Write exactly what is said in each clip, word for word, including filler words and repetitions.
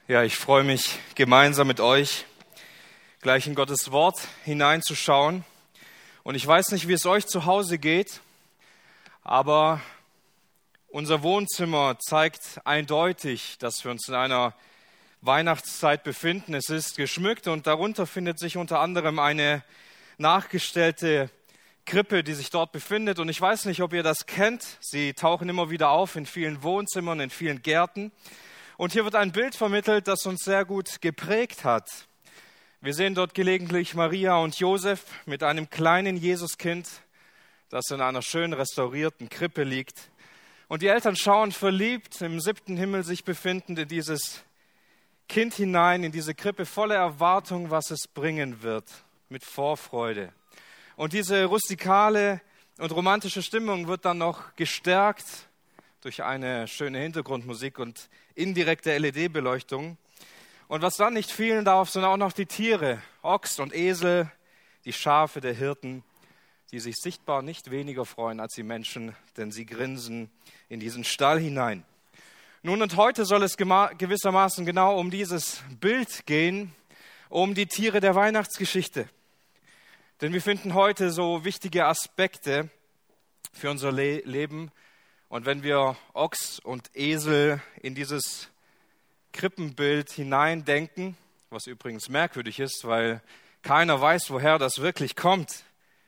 Ja, ich freue mich, gemeinsam mit euch gleich in Gottes Wort hineinzuschauen. Und ich weiß nicht, wie es euch zu Hause geht, aber unser Wohnzimmer zeigt eindeutig, dass wir uns in einer Weihnachtszeit befinden. Es ist geschmückt und darunter findet sich unter anderem eine nachgestellte Krippe, die sich dort befindet. Und ich weiß nicht, ob ihr das kennt. Sie tauchen immer wieder auf in vielen Wohnzimmern, in vielen Gärten. Und hier wird ein Bild vermittelt, das uns sehr gut geprägt hat. Wir sehen dort gelegentlich Maria und Josef mit einem kleinen Jesuskind, das in einer schön restaurierten Krippe liegt. Und die Eltern schauen verliebt, im siebten Himmel sich befindend, in dieses Kind hinein, in diese Krippe, voller Erwartung, was es bringen wird, mit Vorfreude. Und diese rustikale und romantische Stimmung wird dann noch gestärkt durch eine schöne Hintergrundmusik und indirekte L E D-Beleuchtung. Und was dann nicht fehlen darf, sind auch noch die Tiere, Ochs und Esel, die Schafe der Hirten, die sich sichtbar nicht weniger freuen als die Menschen, denn sie grinsen in diesen Stall hinein. Nun und heute soll es gewissermaßen genau um dieses Bild gehen, um die Tiere der Weihnachtsgeschichte. Denn wir finden heute so wichtige Aspekte für unser Le- Leben. Und wenn wir Ochs und Esel in dieses Krippenbild hineindenken, was übrigens merkwürdig ist, weil keiner weiß, woher das wirklich kommt,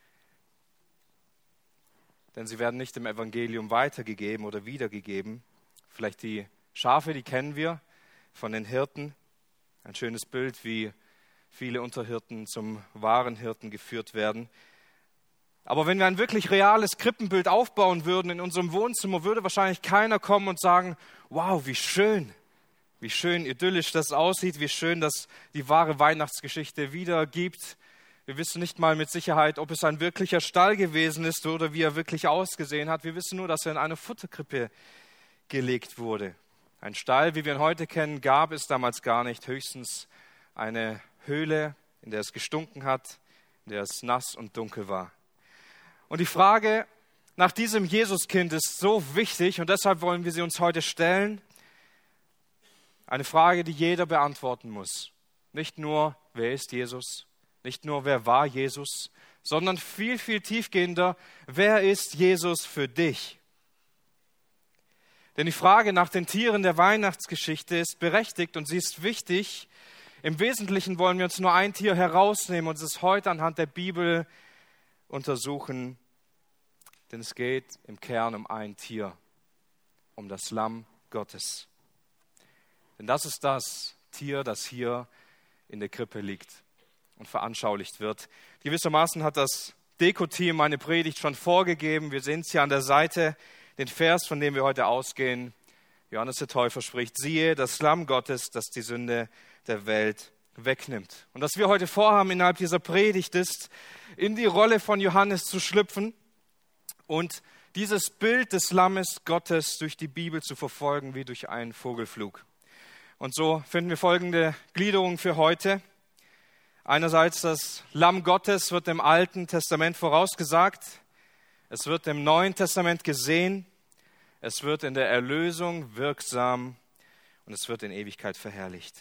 denn sie werden nicht im Evangelium weitergegeben oder wiedergegeben. Vielleicht die Schafe, die kennen wir von den Hirten. Ein schönes Bild, wie viele Unterhirten zum wahren Hirten geführt werden. Aber wenn wir ein wirklich reales Krippenbild aufbauen würden in unserem Wohnzimmer, würde wahrscheinlich keiner kommen und sagen, wow, wie schön, wie schön idyllisch das aussieht, wie schön das die wahre Weihnachtsgeschichte wiedergibt. Wir wissen nicht mal mit Sicherheit, ob es ein wirklicher Stall gewesen ist oder wie er wirklich ausgesehen hat. Wir wissen nur, dass er in eine Futterkrippe gelegt wurde. Ein Stall, wie wir ihn heute kennen, gab es damals gar nicht, höchstens eine Höhle, in der es gestunken hat, in der es nass und dunkel war. Und die Frage nach diesem Jesuskind ist so wichtig und deshalb wollen wir sie uns heute stellen. Eine Frage, die jeder beantworten muss. Nicht nur, wer ist Jesus? Nicht nur, wer war Jesus? Sondern viel, viel tiefgehender, wer ist Jesus für dich? Denn die Frage nach den Tieren der Weihnachtsgeschichte ist berechtigt und sie ist wichtig. Im Wesentlichen wollen wir uns nur ein Tier herausnehmen und es heute anhand der Bibel untersuchen, denn es geht im Kern um ein Tier, um das Lamm Gottes. Denn das ist das Tier, das hier in der Krippe liegt und veranschaulicht wird. Gewissermaßen hat das Deko-Team meine Predigt schon vorgegeben. Wir sehen es hier an der Seite, den Vers, von dem wir heute ausgehen. Johannes der Täufer spricht, siehe, das Lamm Gottes, das die Sünde der Welt wegnimmt. Und was wir heute vorhaben innerhalb dieser Predigt ist, in die Rolle von Johannes zu schlüpfen und dieses Bild des Lammes Gottes durch die Bibel zu verfolgen wie durch einen Vogelflug. Und so finden wir folgende Gliederung für heute. Einerseits das Lamm Gottes wird im Alten Testament vorausgesagt, es wird im Neuen Testament gesehen, es wird in der Erlösung wirksam und es wird in Ewigkeit verherrlicht.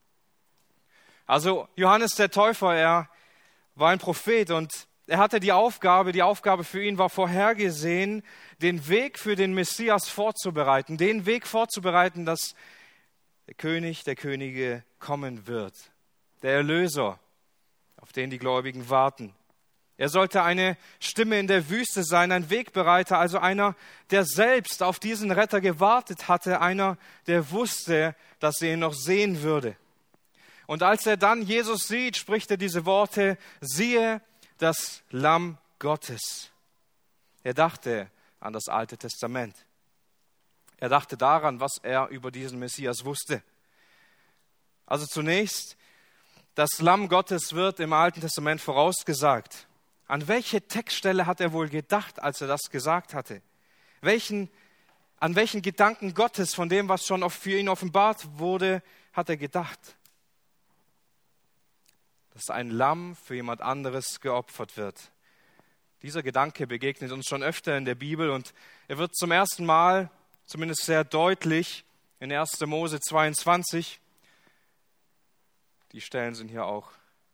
Also Johannes der Täufer, er war ein Prophet und er hatte die Aufgabe, die Aufgabe für ihn war vorhergesehen, den Weg für den Messias vorzubereiten, den Weg vorzubereiten, dass der König der Könige kommen wird, der Erlöser, auf den die Gläubigen warten. Er sollte eine Stimme in der Wüste sein, ein Wegbereiter, also einer, der selbst auf diesen Retter gewartet hatte, einer, der wusste, dass er ihn noch sehen würde. Und als er dann Jesus sieht, spricht er diese Worte, siehe das Lamm Gottes. Er dachte an das Alte Testament. Er dachte daran, was er über diesen Messias wusste. Also zunächst, das Lamm Gottes wird im Alten Testament vorausgesagt. An welche Textstelle hat er wohl gedacht, als er das gesagt hatte? Welchen, an welchen Gedanken Gottes, von dem, was schon für ihn offenbart wurde, hat er gedacht? Dass ein Lamm für jemand anderes geopfert wird. Dieser Gedanke begegnet uns schon öfter in der Bibel und er wird zum ersten Mal, zumindest sehr deutlich, in erster Mose zweiundzwanzig Die Stellen sind hier auch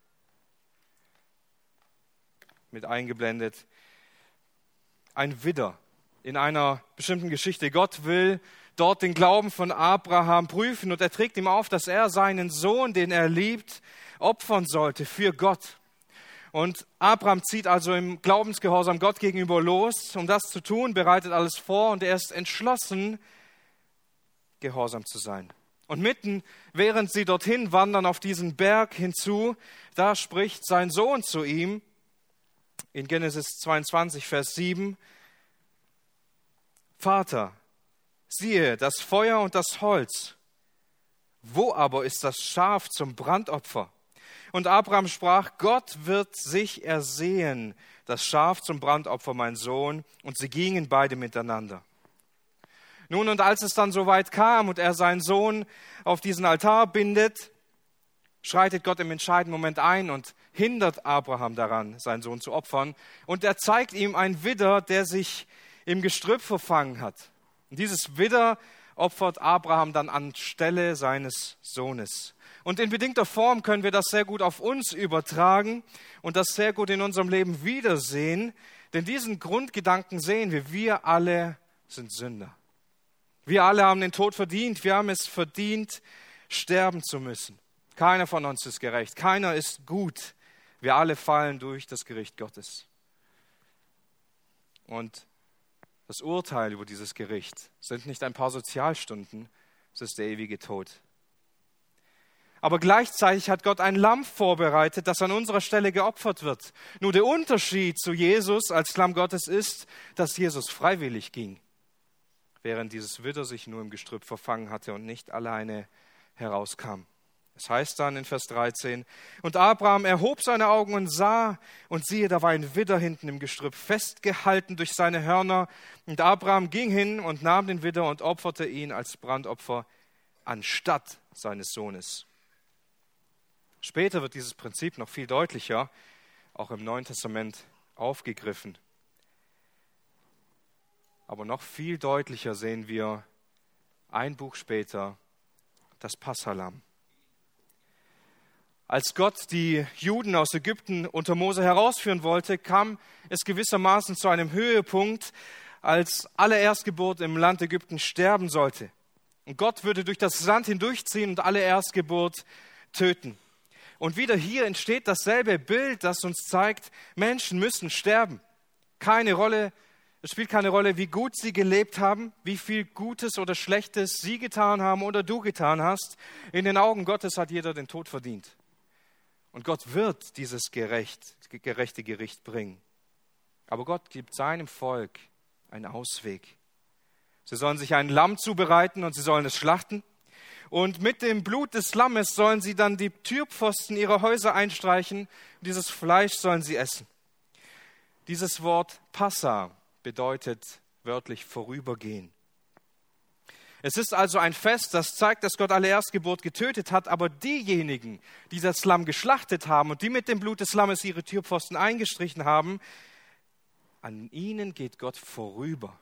mit eingeblendet. Ein Widder in einer bestimmten Geschichte. Gott will dort den Glauben von Abraham prüfen und er trägt ihm auf, dass er seinen Sohn, den er liebt, opfern sollte für Gott. Und Abraham zieht also im Glaubensgehorsam Gott gegenüber los, um das zu tun, bereitet alles vor und er ist entschlossen, gehorsam zu sein. Und mitten, während sie dorthin wandern auf diesen Berg hinzu, da spricht sein Sohn zu ihm in Genesis zweiundzwanzig, Vers sieben, Vater, siehe, das Feuer und das Holz, wo aber ist das Schaf zum Brandopfer? Und Abraham sprach, Gott wird sich ersehen, das Schaf zum Brandopfer, mein Sohn. Und sie gingen beide miteinander. Nun, und als es dann soweit kam und er seinen Sohn auf diesen Altar bindet, schreitet Gott im entscheidenden Moment ein und hindert Abraham daran, seinen Sohn zu opfern. Und er zeigt ihm einen Widder, der sich im Gestrüpp verfangen hat. Und dieses Widder opfert Abraham dann anstelle seines Sohnes. Und in bedingter Form können wir das sehr gut auf uns übertragen und das sehr gut in unserem Leben wiedersehen. Denn diesen Grundgedanken sehen wir, wir alle sind Sünder. Wir alle haben den Tod verdient, wir haben es verdient, sterben zu müssen. Keiner von uns ist gerecht, keiner ist gut. Wir alle fallen durch das Gericht Gottes. Und das Urteil über dieses Gericht sind nicht ein paar Sozialstunden, es ist der ewige Tod. Aber gleichzeitig hat Gott ein Lamm vorbereitet, das an unserer Stelle geopfert wird. Nur der Unterschied zu Jesus als Lamm Gottes ist, dass Jesus freiwillig ging, während dieses Widder sich nur im Gestrüpp verfangen hatte und nicht alleine herauskam. Es heißt dann in Vers dreizehn, und Abraham erhob seine Augen und sah, und siehe, da war ein Widder hinten im Gestrüpp, festgehalten durch seine Hörner. Und Abraham ging hin und nahm den Widder und opferte ihn als Brandopfer anstatt seines Sohnes. Später wird dieses Prinzip noch viel deutlicher, auch im Neuen Testament aufgegriffen. Aber noch viel deutlicher sehen wir ein Buch später das Passalamm. Als Gott die Juden aus Ägypten unter Mose herausführen wollte, kam es gewissermaßen zu einem Höhepunkt, als alle Erstgeburt im Land Ägypten sterben sollte. Und Gott würde durch das Land hindurchziehen und alle Erstgeburt töten. Und wieder hier entsteht dasselbe Bild, das uns zeigt, Menschen müssen sterben. Keine Rolle, es spielt keine Rolle, wie gut sie gelebt haben, wie viel Gutes oder Schlechtes sie getan haben oder du getan hast. In den Augen Gottes hat jeder den Tod verdient. Und Gott wird dieses gerecht, gerechte Gericht bringen. Aber Gott gibt seinem Volk einen Ausweg. Sie sollen sich ein Lamm zubereiten und sie sollen es schlachten. Und mit dem Blut des Lammes sollen sie dann die Türpfosten ihrer Häuser einstreichen. Und dieses Fleisch sollen sie essen. Dieses Wort Passa bedeutet wörtlich vorübergehen. Es ist also ein Fest, das zeigt, dass Gott alle Erstgeburt getötet hat, aber diejenigen, die das Lamm geschlachtet haben und die mit dem Blut des Lammes ihre Türpfosten eingestrichen haben, an ihnen geht Gott vorüber.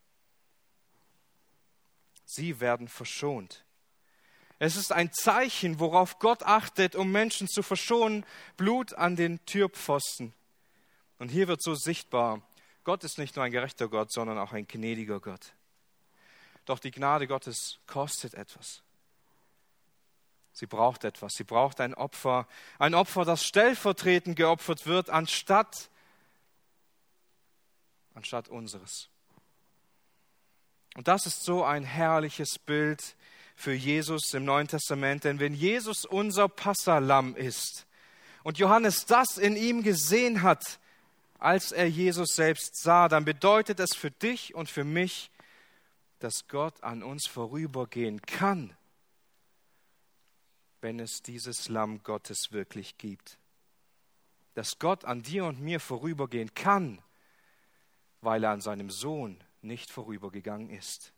Sie werden verschont. Es ist ein Zeichen, worauf Gott achtet, um Menschen zu verschonen, Blut an den Türpfosten. Und hier wird so sichtbar, Gott ist nicht nur ein gerechter Gott, sondern auch ein gnädiger Gott. Doch die Gnade Gottes kostet etwas. Sie braucht etwas. Sie braucht ein Opfer. Ein Opfer, das stellvertretend geopfert wird, anstatt, anstatt unseres. Und das ist so ein herrliches Bild für Jesus im Neuen Testament. Denn wenn Jesus unser Passalamm ist und Johannes das in ihm gesehen hat, als er Jesus selbst sah, dann bedeutet es für dich und für mich, dass Gott an uns vorübergehen kann, wenn es dieses Lamm Gottes wirklich gibt. Dass Gott an dir und mir vorübergehen kann, weil er an seinem Sohn nicht vorübergegangen ist.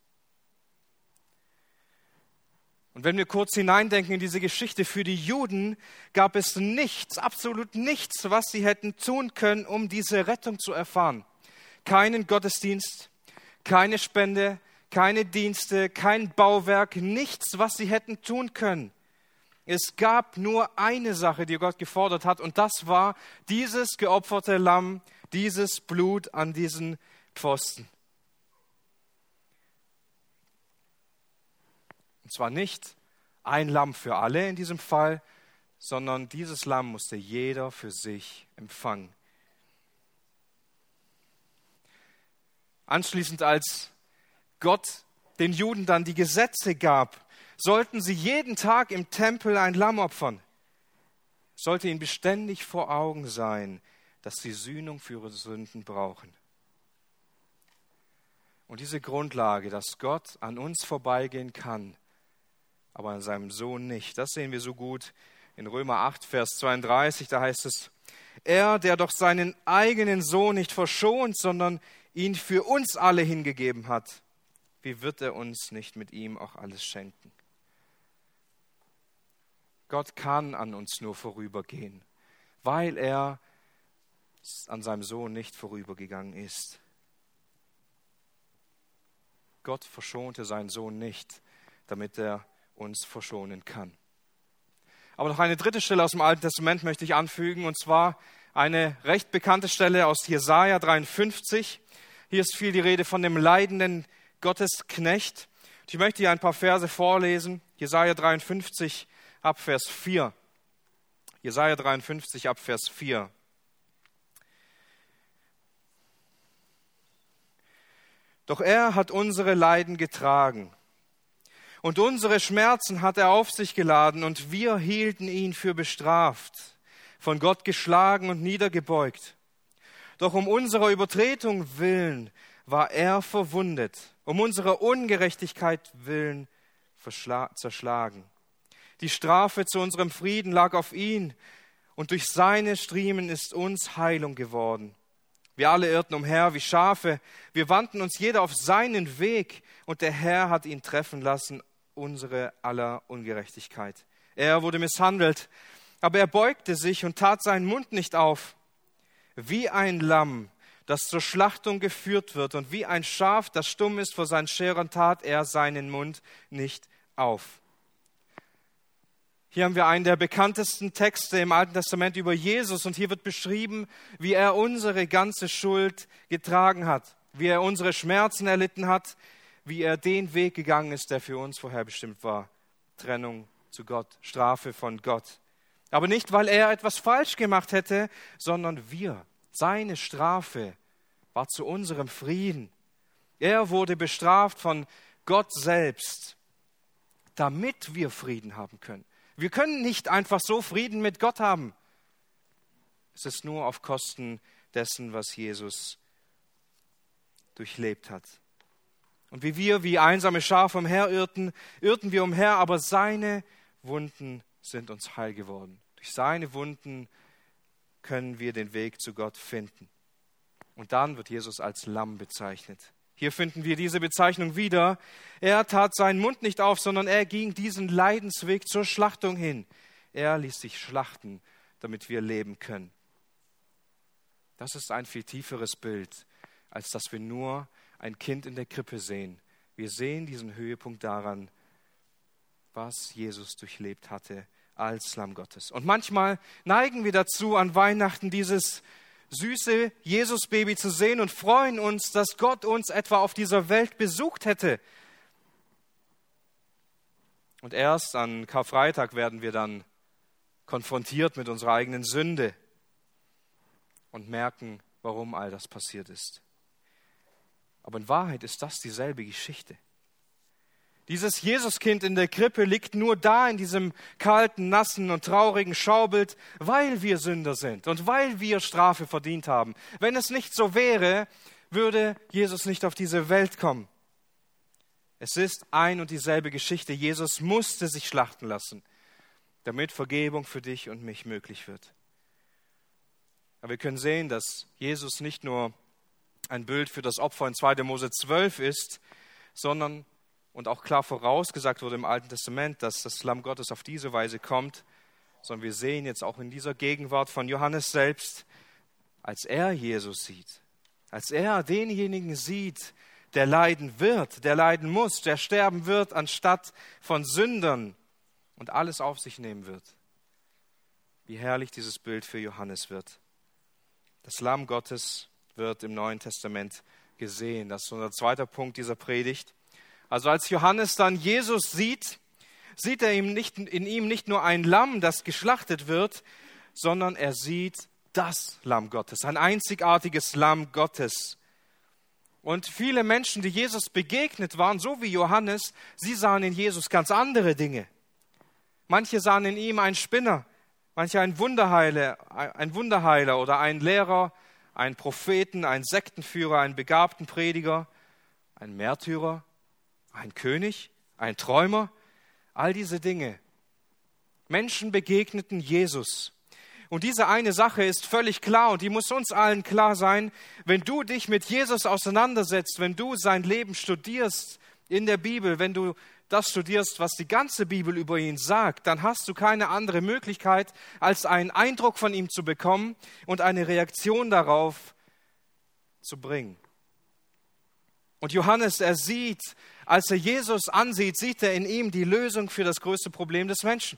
Und wenn wir kurz hineindenken in diese Geschichte, für die Juden gab es nichts, absolut nichts, was sie hätten tun können, um diese Rettung zu erfahren. Keinen Gottesdienst, keine Spende, keine Dienste, kein Bauwerk, nichts, was sie hätten tun können. Es gab nur eine Sache, die Gott gefordert hat, und das war dieses geopferte Lamm, dieses Blut an diesen Pfosten. Und zwar nicht ein Lamm für alle in diesem Fall, sondern dieses Lamm musste jeder für sich empfangen. Anschließend, als Gott den Juden dann die Gesetze gab, sollten sie jeden Tag im Tempel ein Lamm opfern. Es sollte ihnen beständig vor Augen sein, dass sie Sühnung für ihre Sünden brauchen. Und diese Grundlage, dass Gott an uns vorbeigehen kann, aber an seinem Sohn nicht, das sehen wir so gut in Römer acht, Vers zweiunddreißig, da heißt es, er, der doch seinen eigenen Sohn nicht verschont, sondern ihn für uns alle hingegeben hat, wie wird er uns nicht mit ihm auch alles schenken? Gott kann an uns nur vorübergehen, weil er an seinem Sohn nicht vorübergegangen ist. Gott verschonte seinen Sohn nicht, damit er uns verschonen kann. Aber noch eine dritte Stelle aus dem Alten Testament möchte ich anfügen, und zwar eine recht bekannte Stelle aus Jesaja dreiundfünfzig. Hier ist viel die Rede von dem leidenden Gottesknecht. Ich möchte hier ein paar Verse vorlesen. Jesaja dreiundfünfzig ab Vers vier. Jesaja dreiundfünfzig ab Vers vier. Doch er hat unsere Leiden getragen und unsere Schmerzen hat er auf sich geladen, und wir hielten ihn für bestraft, von Gott geschlagen und niedergebeugt. Doch um unserer Übertretung willen war er verwundet, um unserer Ungerechtigkeit willen verschla- zerschlagen. Die Strafe zu unserem Frieden lag auf ihn, und durch seine Striemen ist uns Heilung geworden. Wir alle irrten umher wie Schafe, wir wandten uns jeder auf seinen Weg, und der Herr hat ihn treffen lassen, unsere aller Ungerechtigkeit. Er wurde misshandelt, aber er beugte sich und tat seinen Mund nicht auf. Wie ein Lamm, das zur Schlachtung geführt wird, und wie ein Schaf, das stumm ist vor seinen Scherern, tat er seinen Mund nicht auf. Hier haben wir einen der bekanntesten Texte im Alten Testament über Jesus, und hier wird beschrieben, wie er unsere ganze Schuld getragen hat, wie er unsere Schmerzen erlitten hat, wie er den Weg gegangen ist, der für uns vorherbestimmt war. Trennung zu Gott, Strafe von Gott. Aber nicht, weil er etwas falsch gemacht hätte, sondern wir. Seine Strafe war zu unserem Frieden. Er wurde bestraft von Gott selbst, damit wir Frieden haben können. Wir können nicht einfach so Frieden mit Gott haben. Es ist nur auf Kosten dessen, was Jesus durchlebt hat. Und wie wir wie einsame Schafe umherirrten, irrten wir umher, aber seine Wunden sind uns heil geworden. Durch seine Wunden können wir den Weg zu Gott finden. Und dann wird Jesus als Lamm bezeichnet. Hier finden wir diese Bezeichnung wieder. Er tat seinen Mund nicht auf, sondern er ging diesen Leidensweg zur Schlachtung hin. Er ließ sich schlachten, damit wir leben können. Das ist ein viel tieferes Bild, als dass wir nur ein Kind in der Krippe sehen. Wir sehen diesen Höhepunkt daran, was Jesus durchlebt hatte als Lamm Gottes. Und manchmal neigen wir dazu, an Weihnachten dieses süße Jesus-Baby zu sehen und freuen uns, dass Gott uns etwa auf dieser Welt besucht hätte. Und erst an Karfreitag werden wir dann konfrontiert mit unserer eigenen Sünde und merken, warum all das passiert ist. Aber in Wahrheit ist das dieselbe Geschichte. Dieses Jesuskind in der Krippe liegt nur da in diesem kalten, nassen und traurigen Schaubild, weil wir Sünder sind und weil wir Strafe verdient haben. Wenn es nicht so wäre, würde Jesus nicht auf diese Welt kommen. Es ist ein und dieselbe Geschichte. Jesus musste sich schlachten lassen, damit Vergebung für dich und mich möglich wird. Aber wir können sehen, dass Jesus nicht nur ein Bild für das Opfer in zweiter Mose zwölf ist, sondern, und auch klar vorausgesagt wurde im Alten Testament, dass das Lamm Gottes auf diese Weise kommt, sondern wir sehen jetzt auch in dieser Gegenwart von Johannes selbst, als er Jesus sieht, als er denjenigen sieht, der leiden wird, der leiden muss, der sterben wird anstatt von Sündern und alles auf sich nehmen wird. Wie herrlich dieses Bild für Johannes wird. Das Lamm Gottes wird im Neuen Testament gesehen. Das ist unser zweiter Punkt dieser Predigt. Also als Johannes dann Jesus sieht, sieht er ihm nicht, in ihm nicht nur ein Lamm, das geschlachtet wird, sondern er sieht das Lamm Gottes, ein einzigartiges Lamm Gottes. Und viele Menschen, die Jesus begegnet waren, so wie Johannes, sie sahen in Jesus ganz andere Dinge. Manche sahen in ihm einen Spinner, manche einen Wunderheiler, ein Wunderheiler oder einen Lehrer, einen Propheten, einen Sektenführer, einen begabten Prediger, einen Märtyrer, einen König, einen Träumer. All diese Dinge. Menschen begegneten Jesus. Und diese eine Sache ist völlig klar und die muss uns allen klar sein. Wenn du dich mit Jesus auseinandersetzt, wenn du sein Leben studierst in der Bibel, wenn du das studierst, was die ganze Bibel über ihn sagt, dann hast du keine andere Möglichkeit, als einen Eindruck von ihm zu bekommen und eine Reaktion darauf zu bringen. Und Johannes, er sieht, als er Jesus ansieht, sieht er in ihm die Lösung für das größte Problem des Menschen.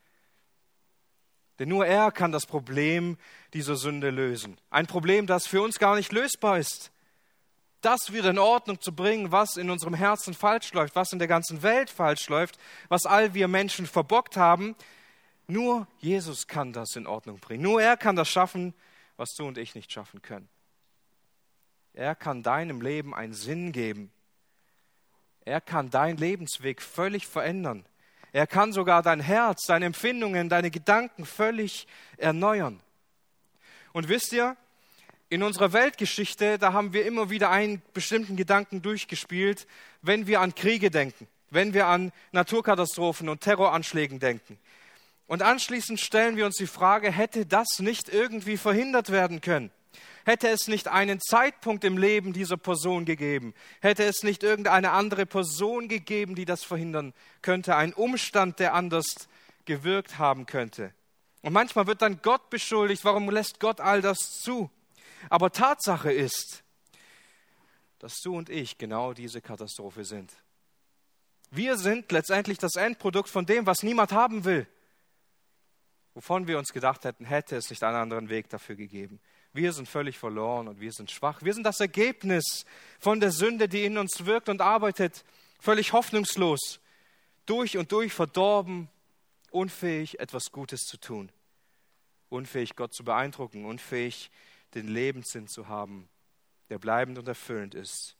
Denn nur er kann das Problem dieser Sünde lösen. Ein Problem, das für uns gar nicht lösbar ist. Das wieder in Ordnung zu bringen, was in unserem Herzen falsch läuft, was in der ganzen Welt falsch läuft, was all wir Menschen verbockt haben. Nur Jesus kann das in Ordnung bringen. Nur er kann das schaffen, was du und ich nicht schaffen können. Er kann deinem Leben einen Sinn geben. Er kann deinen Lebensweg völlig verändern. Er kann sogar dein Herz, deine Empfindungen, deine Gedanken völlig erneuern. Und wisst ihr, in unserer Weltgeschichte, da haben wir immer wieder einen bestimmten Gedanken durchgespielt, wenn wir an Kriege denken, wenn wir an Naturkatastrophen und Terroranschlägen denken. Und anschließend stellen wir uns die Frage, hätte das nicht irgendwie verhindert werden können? Hätte es nicht einen Zeitpunkt im Leben dieser Person gegeben? Hätte es nicht irgendeine andere Person gegeben, die das verhindern könnte? Ein Umstand, der anders gewirkt haben könnte? Und manchmal wird dann Gott beschuldigt, warum lässt Gott all das zu? Aber Tatsache ist, dass du und ich genau diese Katastrophe sind. Wir sind letztendlich das Endprodukt von dem, was niemand haben will. Wovon wir uns gedacht hätten, hätte es nicht einen anderen Weg dafür gegeben. Wir sind völlig verloren und wir sind schwach. Wir sind das Ergebnis von der Sünde, die in uns wirkt und arbeitet, völlig hoffnungslos, durch und durch verdorben, unfähig, etwas Gutes zu tun, unfähig, Gott zu beeindrucken, unfähig, den Lebenssinn zu haben, der bleibend und erfüllend ist.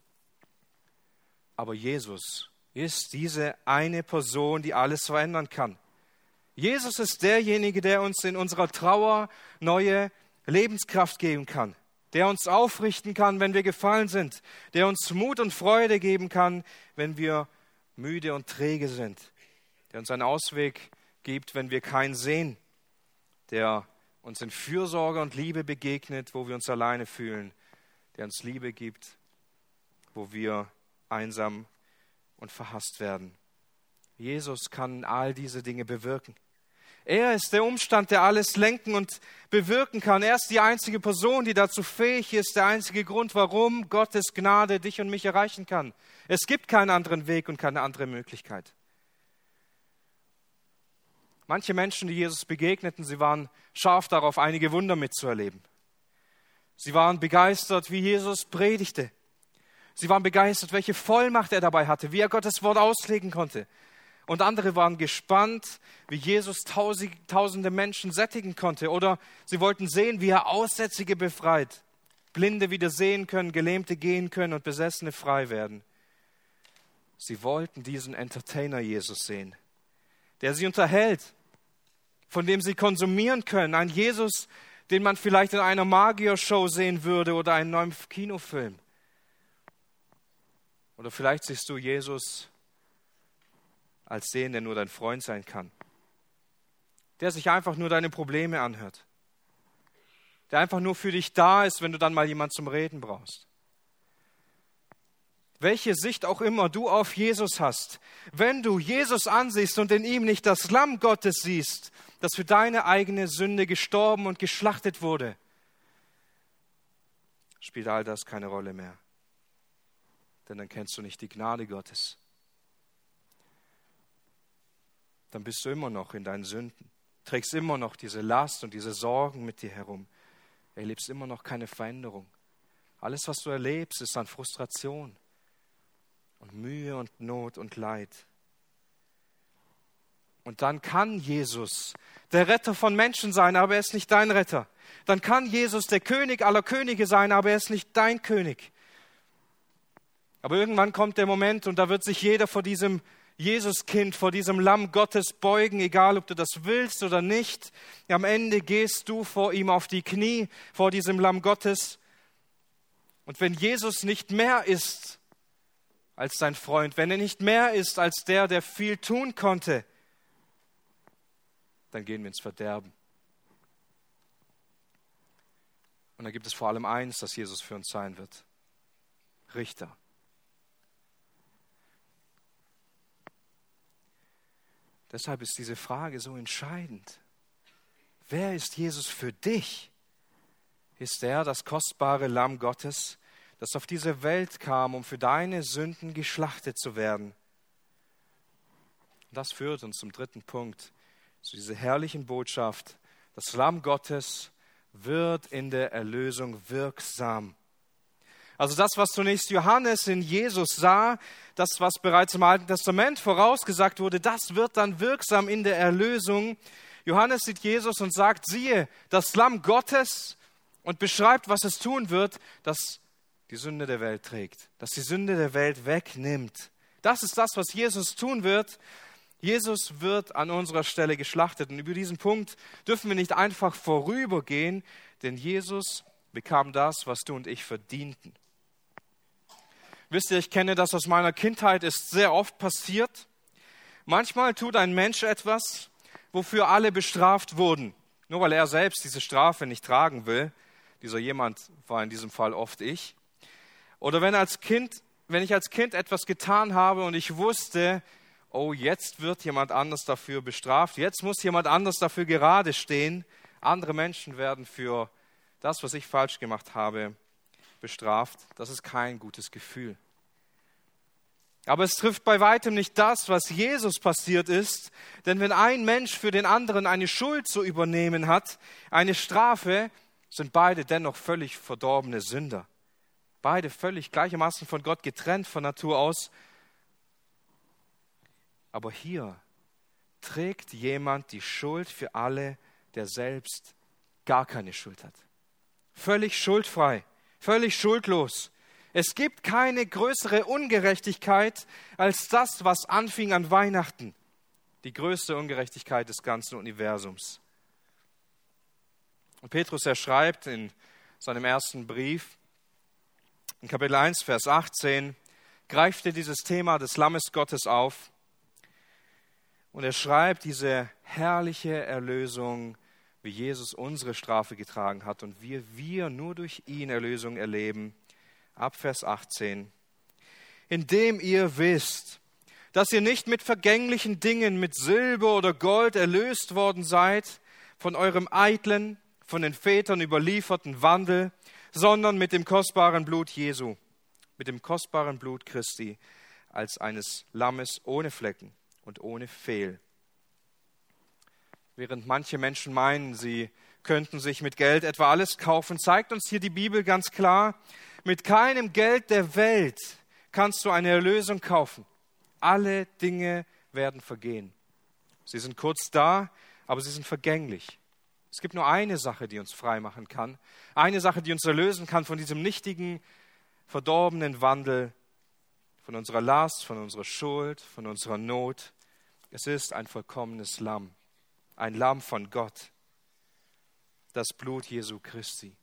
Aber Jesus ist diese eine Person, die alles verändern kann. Jesus ist derjenige, der uns in unserer Trauer neue Lebenskraft geben kann, der uns aufrichten kann, wenn wir gefallen sind, der uns Mut und Freude geben kann, wenn wir müde und träge sind, der uns einen Ausweg gibt, wenn wir keinen sehen, der uns in Fürsorge und Liebe begegnet, wo wir uns alleine fühlen, der uns Liebe gibt, wo wir einsam und verhasst werden. Jesus kann all diese Dinge bewirken. Er ist der Umstand, der alles lenken und bewirken kann. Er ist die einzige Person, die dazu fähig ist, der einzige Grund, warum Gottes Gnade dich und mich erreichen kann. Es gibt keinen anderen Weg und keine andere Möglichkeit. Manche Menschen, die Jesus begegneten, sie waren scharf darauf, einige Wunder mitzuerleben. Sie waren begeistert, wie Jesus predigte. Sie waren begeistert, welche Vollmacht er dabei hatte, wie er Gottes Wort auslegen konnte. Und andere waren gespannt, wie Jesus tausende Menschen sättigen konnte. Oder sie wollten sehen, wie er Aussätzige befreit, Blinde wieder sehen können, Gelähmte gehen können und Besessene frei werden. Sie wollten diesen Entertainer Jesus sehen, der sie unterhält, von dem sie konsumieren können. Ein Jesus, den man vielleicht in einer Magiershow sehen würde oder einem neuen Kinofilm. Oder vielleicht siehst du Jesus als den, der nur dein Freund sein kann, der sich einfach nur deine Probleme anhört, der einfach nur für dich da ist, wenn du dann mal jemanden zum Reden brauchst. Welche Sicht auch immer du auf Jesus hast, wenn du Jesus ansiehst und in ihm nicht das Lamm Gottes siehst, das für deine eigene Sünde gestorben und geschlachtet wurde, spielt all das keine Rolle mehr. Denn dann kennst du nicht die Gnade Gottes. dann bist du immer noch in deinen Sünden. Trägst immer noch diese Last und diese Sorgen mit dir herum. Erlebst immer noch keine Veränderung. Alles, was du erlebst, ist an Frustration und Mühe und Not und Leid. Und dann kann Jesus der Retter von Menschen sein, aber er ist nicht dein Retter. Dann kann Jesus der König aller Könige sein, aber er ist nicht dein König. Aber irgendwann kommt der Moment und da wird sich jeder vor diesem Jesuskind, vor diesem Lamm Gottes beugen, egal ob du das willst oder nicht. Am Ende gehst du vor ihm auf die Knie, vor diesem Lamm Gottes. Und wenn Jesus nicht mehr ist als dein Freund, wenn er nicht mehr ist als der, der viel tun konnte, dann gehen wir ins Verderben. Und da gibt es vor allem eins, das Jesus für uns sein wird: Richter. Deshalb ist diese Frage so entscheidend. Wer ist Jesus für dich? Ist er das kostbare Lamm Gottes, das auf diese Welt kam, um für deine Sünden geschlachtet zu werden? Das führt uns zum dritten Punkt, zu dieser herrlichen Botschaft: Das Lamm Gottes wird in der Erlösung wirksam. Also das, was zunächst Johannes in Jesus sah, das, was bereits im Alten Testament vorausgesagt wurde, das wird dann wirksam in der Erlösung. Johannes sieht Jesus und sagt: Siehe, das Lamm Gottes, und beschreibt, was es tun wird, das die Sünde der Welt trägt, das die Sünde der Welt wegnimmt. Das ist das, was Jesus tun wird. Jesus wird an unserer Stelle geschlachtet. Und über diesen Punkt dürfen wir nicht einfach vorübergehen, denn Jesus bekam das, was du und ich verdienten. Wisst ihr, ich kenne das aus meiner Kindheit, ist sehr oft passiert. Manchmal tut ein Mensch etwas, wofür alle bestraft wurden, nur weil er selbst diese Strafe nicht tragen will. Dieser jemand war in diesem Fall oft ich. Oder wenn als Kind, wenn ich als Kind etwas getan habe und ich wusste, oh, jetzt wird jemand anders dafür bestraft, jetzt muss jemand anders dafür gerade stehen. Andere Menschen werden für das, was ich falsch gemacht habe, bestraft. Das ist kein gutes Gefühl. Aber es trifft bei weitem nicht das, was Jesus passiert ist. Denn wenn ein Mensch für den anderen eine Schuld zu übernehmen hat, eine Strafe, sind beide dennoch völlig verdorbene Sünder. Beide völlig gleichermaßen von Gott getrennt von Natur aus. Aber hier trägt jemand die Schuld für alle, der selbst gar keine Schuld hat. Völlig schuldfrei, völlig schuldlos. Es gibt keine größere Ungerechtigkeit als das, was anfing an Weihnachten. Die größte Ungerechtigkeit des ganzen Universums. Und Petrus, er schreibt in seinem ersten Brief, in Kapitel eins, Vers achtzehn, greift er dieses Thema des Lammes Gottes auf. Und er schreibt diese herrliche Erlösung, wie Jesus unsere Strafe getragen hat und wie wir nur durch ihn Erlösung erleben. Ab Vers achtzehn. Indem ihr wisst, dass ihr nicht mit vergänglichen Dingen, mit Silber oder Gold erlöst worden seid, von eurem eitlen, von den Vätern überlieferten Wandel, sondern mit dem kostbaren Blut Jesu, mit dem kostbaren Blut Christi, als eines Lammes ohne Flecken und ohne Fehl. Während manche Menschen meinen, sie könnten sich mit Geld etwa alles kaufen, zeigt uns hier die Bibel ganz klar, mit keinem Geld der Welt kannst du eine Erlösung kaufen. Alle Dinge werden vergehen. Sie sind kurz da, aber sie sind vergänglich. Es gibt nur eine Sache, die uns frei machen kann. Eine Sache, die uns erlösen kann von diesem nichtigen, verdorbenen Wandel, von unserer Last, von unserer Schuld, von unserer Not. Es ist ein vollkommenes Lamm, ein Lamm von Gott, das Blut Jesu Christi.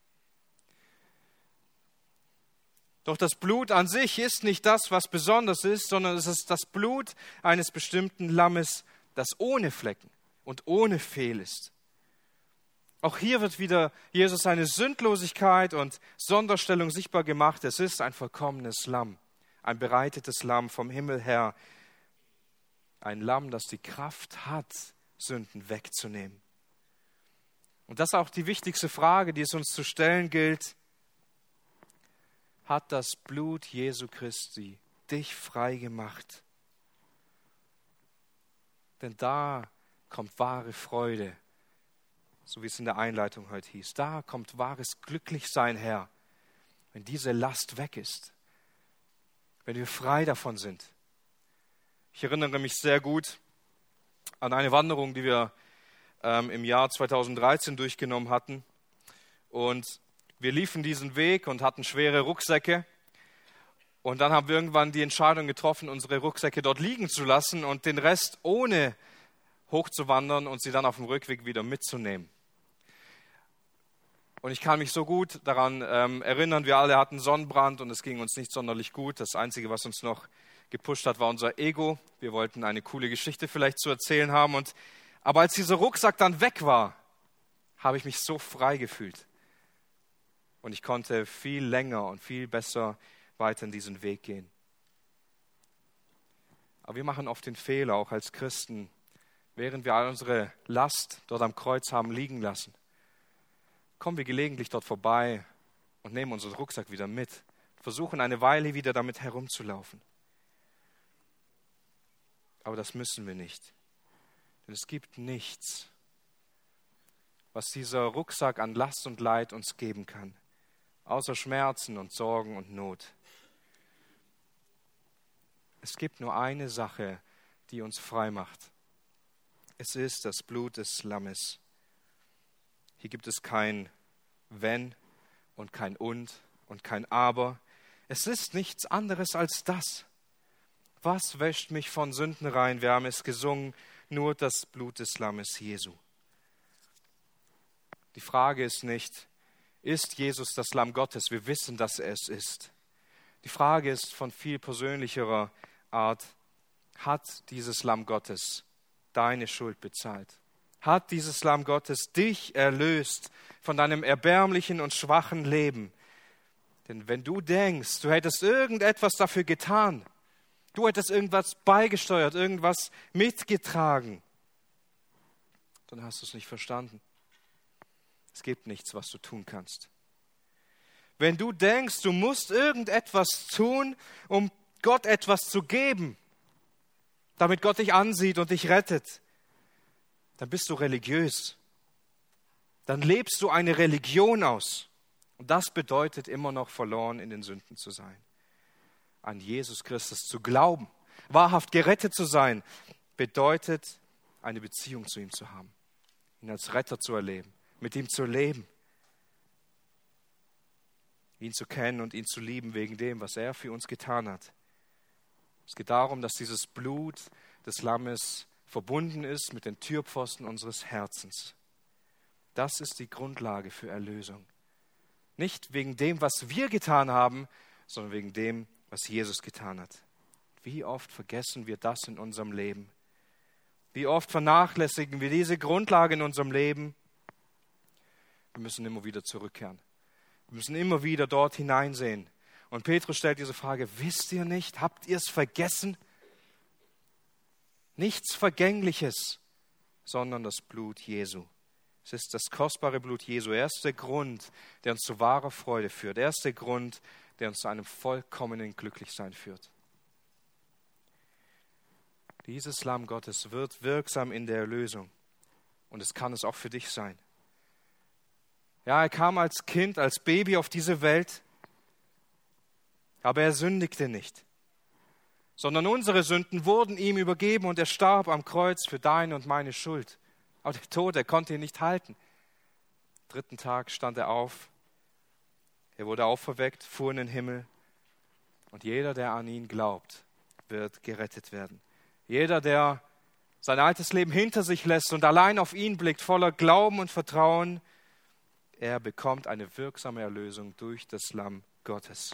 Doch das Blut an sich ist nicht das, was besonders ist, sondern es ist das Blut eines bestimmten Lammes, das ohne Flecken und ohne Fehl ist. Auch hier wird wieder Jesus seine Sündlosigkeit und Sonderstellung sichtbar gemacht. Es ist ein vollkommenes Lamm, ein bereitetes Lamm vom Himmel her. Ein Lamm, das die Kraft hat, Sünden wegzunehmen. Und das ist auch die wichtigste Frage, die es uns zu stellen gilt. Hat das Blut Jesu Christi dich frei gemacht? Denn da kommt wahre Freude, so wie es in der Einleitung heute hieß. Da kommt wahres Glücklichsein her, wenn diese Last weg ist, wenn wir frei davon sind. Ich erinnere mich sehr gut an eine Wanderung, die wir ähm, im Jahr zweitausenddreizehn durchgenommen hatten. Und wir liefen diesen Weg und hatten schwere Rucksäcke. Und dann haben wir irgendwann die Entscheidung getroffen, unsere Rucksäcke dort liegen zu lassen und den Rest ohne hochzuwandern und sie dann auf dem Rückweg wieder mitzunehmen. Und ich kann mich so gut daran ähm, erinnern, wir alle hatten Sonnenbrand und es ging uns nicht sonderlich gut. Das Einzige, was uns noch gepusht hat, war unser Ego. Wir wollten eine coole Geschichte vielleicht zu erzählen haben. Und, aber als dieser Rucksack dann weg war, habe ich mich so frei gefühlt. Und ich konnte viel länger und viel besser weiter in diesen Weg gehen. Aber wir machen oft den Fehler, auch als Christen, während wir all unsere Last dort am Kreuz haben liegen lassen, kommen wir gelegentlich dort vorbei und nehmen unseren Rucksack wieder mit, versuchen eine Weile wieder damit herumzulaufen. Aber das müssen wir nicht. Denn es gibt nichts, was dieser Rucksack an Last und Leid uns geben kann, außer Schmerzen und Sorgen und Not. Es gibt nur eine Sache, die uns frei macht. Es ist das Blut des Lammes. Hier gibt es kein Wenn und kein Und und kein Aber. Es ist nichts anderes als das. Was wäscht mich von Sünden rein? Wir haben es gesungen, nur das Blut des Lammes Jesu. Die Frage ist nicht, ist Jesus das Lamm Gottes? Wir wissen, dass er es ist. Die Frage ist von viel persönlicherer Art, hat dieses Lamm Gottes deine Schuld bezahlt? Hat dieses Lamm Gottes dich erlöst von deinem erbärmlichen und schwachen Leben? Denn wenn du denkst, du hättest irgendetwas dafür getan, du hättest irgendwas beigesteuert, irgendwas mitgetragen, dann hast du es nicht verstanden. Es gibt nichts, was du tun kannst. Wenn du denkst, du musst irgendetwas tun, um Gott etwas zu geben, damit Gott dich ansieht und dich rettet, dann bist du religiös. Dann lebst du eine Religion aus. Und das bedeutet immer noch verloren in den Sünden zu sein. An Jesus Christus zu glauben, wahrhaft gerettet zu sein, bedeutet eine Beziehung zu ihm zu haben, ihn als Retter zu erleben, mit ihm zu leben, ihn zu kennen und ihn zu lieben wegen dem, was er für uns getan hat. Es geht darum, dass dieses Blut des Lammes verbunden ist mit den Türpfosten unseres Herzens. Das ist die Grundlage für Erlösung. Nicht wegen dem, was wir getan haben, sondern wegen dem, was Jesus getan hat. Wie oft vergessen wir das in unserem Leben? Wie oft vernachlässigen wir diese Grundlage in unserem Leben? Wir müssen immer wieder zurückkehren. Wir müssen immer wieder dort hineinsehen. Und Petrus stellt diese Frage, wisst ihr nicht, habt ihr es vergessen? Nichts Vergängliches, sondern das Blut Jesu. Es ist das kostbare Blut Jesu. Er ist der Grund, der uns zu wahrer Freude führt. Er ist der Grund, der uns zu einem vollkommenen Glücklichsein führt. Dieses Lamm Gottes wird wirksam in der Erlösung. Und es kann es auch für dich sein. Ja, er kam als Kind, als Baby auf diese Welt, aber er sündigte nicht, sondern unsere Sünden wurden ihm übergeben und er starb am Kreuz für deine und meine Schuld. Aber der Tod, er konnte ihn nicht halten. Am dritten Tag stand er auf, er wurde auferweckt, fuhr in den Himmel und jeder, der an ihn glaubt, wird gerettet werden. Jeder, der sein altes Leben hinter sich lässt und allein auf ihn blickt, voller Glauben und Vertrauen, er bekommt eine wirksame Erlösung durch das Lamm Gottes.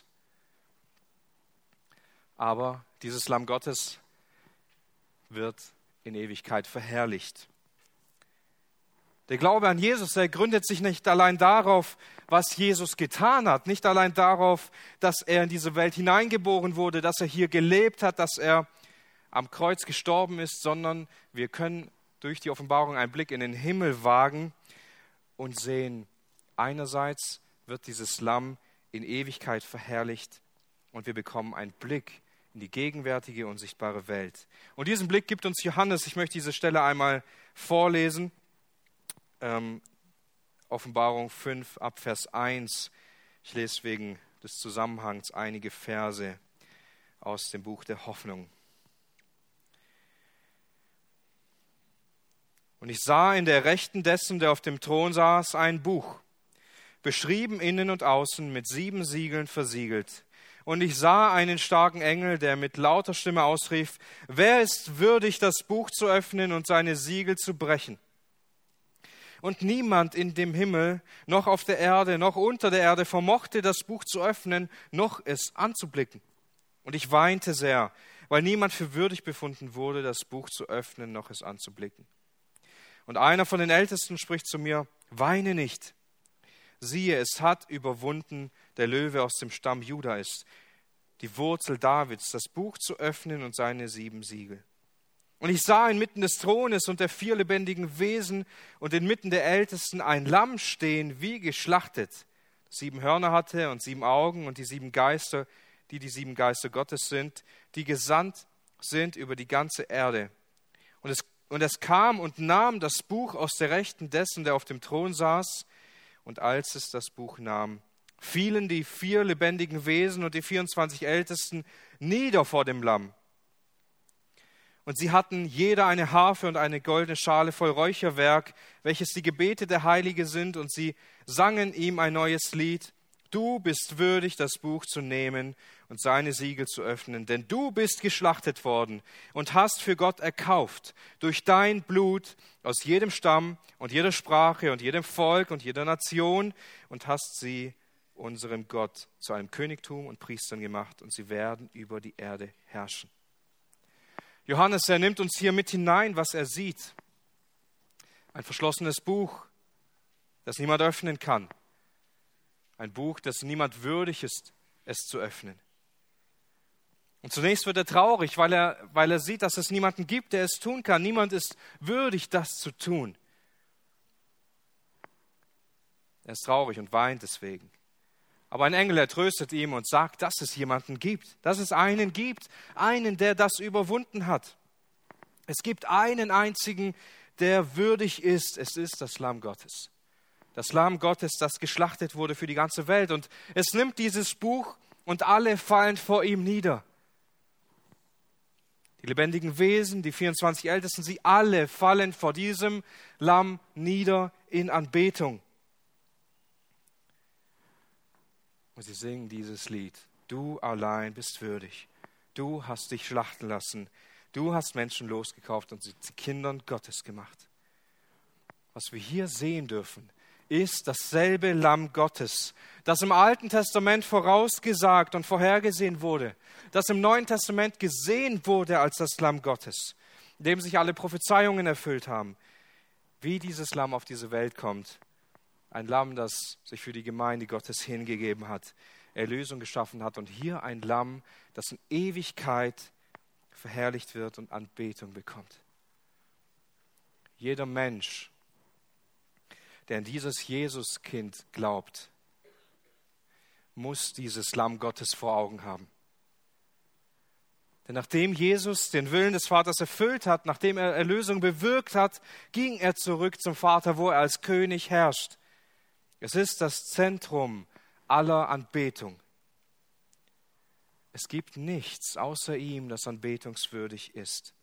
Aber dieses Lamm Gottes wird in Ewigkeit verherrlicht. Der Glaube an Jesus, der gründet sich nicht allein darauf, was Jesus getan hat, nicht allein darauf, dass er in diese Welt hineingeboren wurde, dass er hier gelebt hat, dass er am Kreuz gestorben ist, sondern wir können durch die Offenbarung einen Blick in den Himmel wagen und sehen, einerseits wird dieses Lamm in Ewigkeit verherrlicht und wir bekommen einen Blick in die gegenwärtige, unsichtbare Welt. Und diesen Blick gibt uns Johannes. Ich möchte diese Stelle einmal vorlesen. Ähm, Offenbarung fünf, ab Vers eins. Ich lese wegen des Zusammenhangs einige Verse aus dem Buch der Hoffnung. Und ich sah in der Rechten dessen, der auf dem Thron saß, ein Buch, beschrieben innen und außen, mit sieben Siegeln versiegelt. Und ich sah einen starken Engel, der mit lauter Stimme ausrief: Wer ist würdig, das Buch zu öffnen und seine Siegel zu brechen? Und niemand in dem Himmel, noch auf der Erde, noch unter der Erde vermochte, das Buch zu öffnen, noch es anzublicken. Und ich weinte sehr, weil niemand für würdig befunden wurde, das Buch zu öffnen, noch es anzublicken. Und einer von den Ältesten spricht zu mir: Weine nicht. Siehe, es hat überwunden, der Löwe aus dem Stamm Juda ist, die Wurzel Davids, das Buch zu öffnen und seine sieben Siegel. Und ich sah inmitten des Thrones und der vier lebendigen Wesen und inmitten der Ältesten ein Lamm stehen, wie geschlachtet, das sieben Hörner hatte und sieben Augen, und die sieben Geister, die die sieben Geister Gottes sind, die gesandt sind über die ganze Erde. Und es Und es kam und nahm das Buch aus der Rechten dessen, der auf dem Thron saß. Und als es das Buch nahm, fielen die vier lebendigen Wesen und die vierundzwanzig Ältesten nieder vor dem Lamm. Und sie hatten jeder eine Harfe und eine goldene Schale voll Räucherwerk, welches die Gebete der Heiligen sind. Und sie sangen ihm ein neues Lied: Du bist würdig, das Buch zu nehmen und seine Siegel zu öffnen, denn du bist geschlachtet worden und hast für Gott erkauft durch dein Blut aus jedem Stamm und jeder Sprache und jedem Volk und jeder Nation, und hast sie unserem Gott zu einem Königtum und Priestern gemacht, und sie werden über die Erde herrschen. Johannes, er nimmt uns hier mit hinein, was er sieht. Ein verschlossenes Buch, das niemand öffnen kann. Ein Buch, das niemand würdig ist, es zu öffnen. Und zunächst wird er traurig, weil er, weil er sieht, dass es niemanden gibt, der es tun kann. Niemand ist würdig, das zu tun. Er ist traurig und weint deswegen. Aber ein Engel, er tröstet ihm und sagt, dass es jemanden gibt, dass es einen gibt, einen, der das überwunden hat. Es gibt einen einzigen, der würdig ist. Es ist das Lamm Gottes. Das Lamm Gottes, das geschlachtet wurde für die ganze Welt. Und es nimmt dieses Buch und alle fallen vor ihm nieder. Die lebendigen Wesen, die vierundzwanzig Ältesten, sie alle fallen vor diesem Lamm nieder in Anbetung. Und sie singen dieses Lied: Du allein bist würdig. Du hast dich schlachten lassen. Du hast Menschen losgekauft und sie zu Kindern Gottes gemacht. Was wir hier sehen dürfen, ist dasselbe Lamm Gottes, das im Alten Testament vorausgesagt und vorhergesehen wurde, das im Neuen Testament gesehen wurde als das Lamm Gottes, in dem sich alle Prophezeiungen erfüllt haben. Wie dieses Lamm auf diese Welt kommt, ein Lamm, das sich für die Gemeinde Gottes hingegeben hat, Erlösung geschaffen hat, und hier ein Lamm, das in Ewigkeit verherrlicht wird und Anbetung bekommt. Jeder Mensch, der an dieses Jesuskind glaubt, muss dieses Lamm Gottes vor Augen haben. Denn nachdem Jesus den Willen des Vaters erfüllt hat, nachdem er Erlösung bewirkt hat, ging er zurück zum Vater, wo er als König herrscht. Es ist das Zentrum aller Anbetung. Es gibt nichts außer ihm, das anbetungswürdig ist.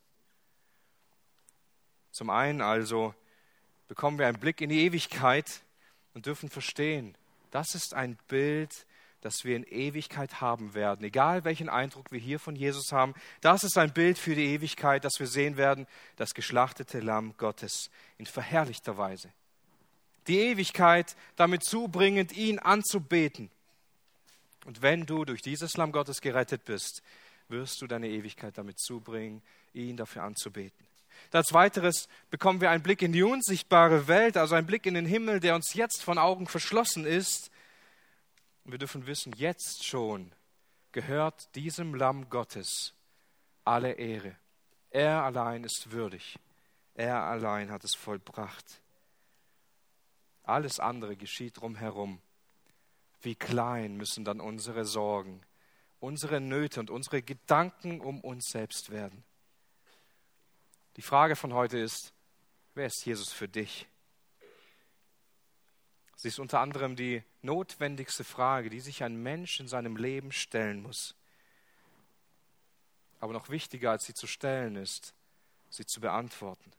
Zum einen also bekommen wir einen Blick in die Ewigkeit und dürfen verstehen, das ist ein Bild, das wir in Ewigkeit haben werden. Egal welchen Eindruck wir hier von Jesus haben, das ist ein Bild für die Ewigkeit, das wir sehen werden, das geschlachtete Lamm Gottes in verherrlichter Weise. Die Ewigkeit damit zubringend, ihn anzubeten. Und wenn du durch dieses Lamm Gottes gerettet bist, wirst du deine Ewigkeit damit zubringen, ihn dafür anzubeten. Als weiteres bekommen wir einen Blick in die unsichtbare Welt, also einen Blick in den Himmel, der uns jetzt von Augen verschlossen ist. Und wir dürfen wissen, jetzt schon gehört diesem Lamm Gottes alle Ehre. Er allein ist würdig. Er allein hat es vollbracht. Alles andere geschieht drumherum. Wie klein müssen dann unsere Sorgen, unsere Nöte und unsere Gedanken um uns selbst werden. Die Frage von heute ist, wer ist Jesus für dich? Sie ist unter anderem die notwendigste Frage, die sich ein Mensch in seinem Leben stellen muss. Aber noch wichtiger als sie zu stellen ist, sie zu beantworten.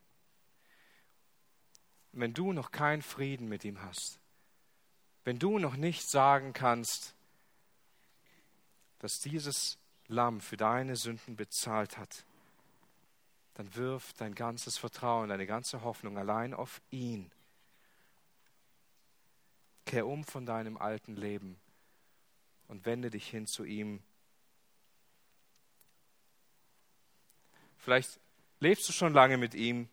Wenn du noch keinen Frieden mit ihm hast, wenn du noch nicht sagen kannst, dass dieses Lamm für deine Sünden bezahlt hat, dann wirf dein ganzes Vertrauen, deine ganze Hoffnung allein auf ihn. Kehr um von deinem alten Leben und wende dich hin zu ihm. Vielleicht lebst du schon lange mit ihm,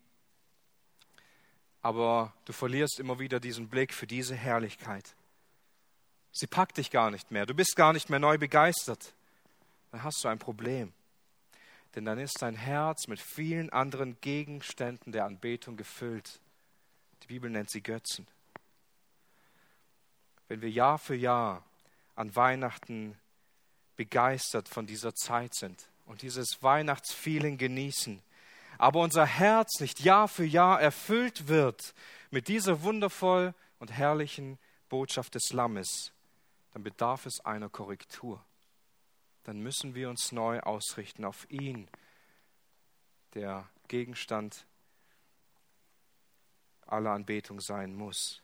aber du verlierst immer wieder diesen Blick für diese Herrlichkeit. Sie packt dich gar nicht mehr. Du bist gar nicht mehr neu begeistert. Dann hast du ein Problem. Denn dann ist dein Herz mit vielen anderen Gegenständen der Anbetung gefüllt. Die Bibel nennt sie Götzen. Wenn wir Jahr für Jahr an Weihnachten begeistert von dieser Zeit sind und dieses Weihnachtsfeeling genießen, aber unser Herz nicht Jahr für Jahr erfüllt wird mit dieser wundervoll und herrlichen Botschaft des Lammes, dann bedarf es einer Korrektur. Dann müssen wir uns neu ausrichten auf ihn, der Gegenstand aller Anbetung sein muss.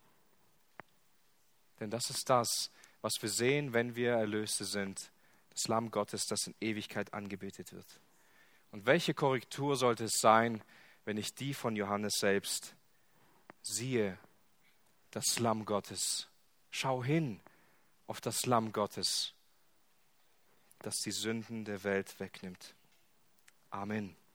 Denn das ist das, was wir sehen, wenn wir Erlöste sind, das Lamm Gottes, das in Ewigkeit angebetet wird. Und welche Korrektur sollte es sein, wenn nicht die von Johannes selbst? Siehe, das Lamm Gottes. Schau hin auf das Lamm Gottes, das die Sünden der Welt wegnimmt. Amen.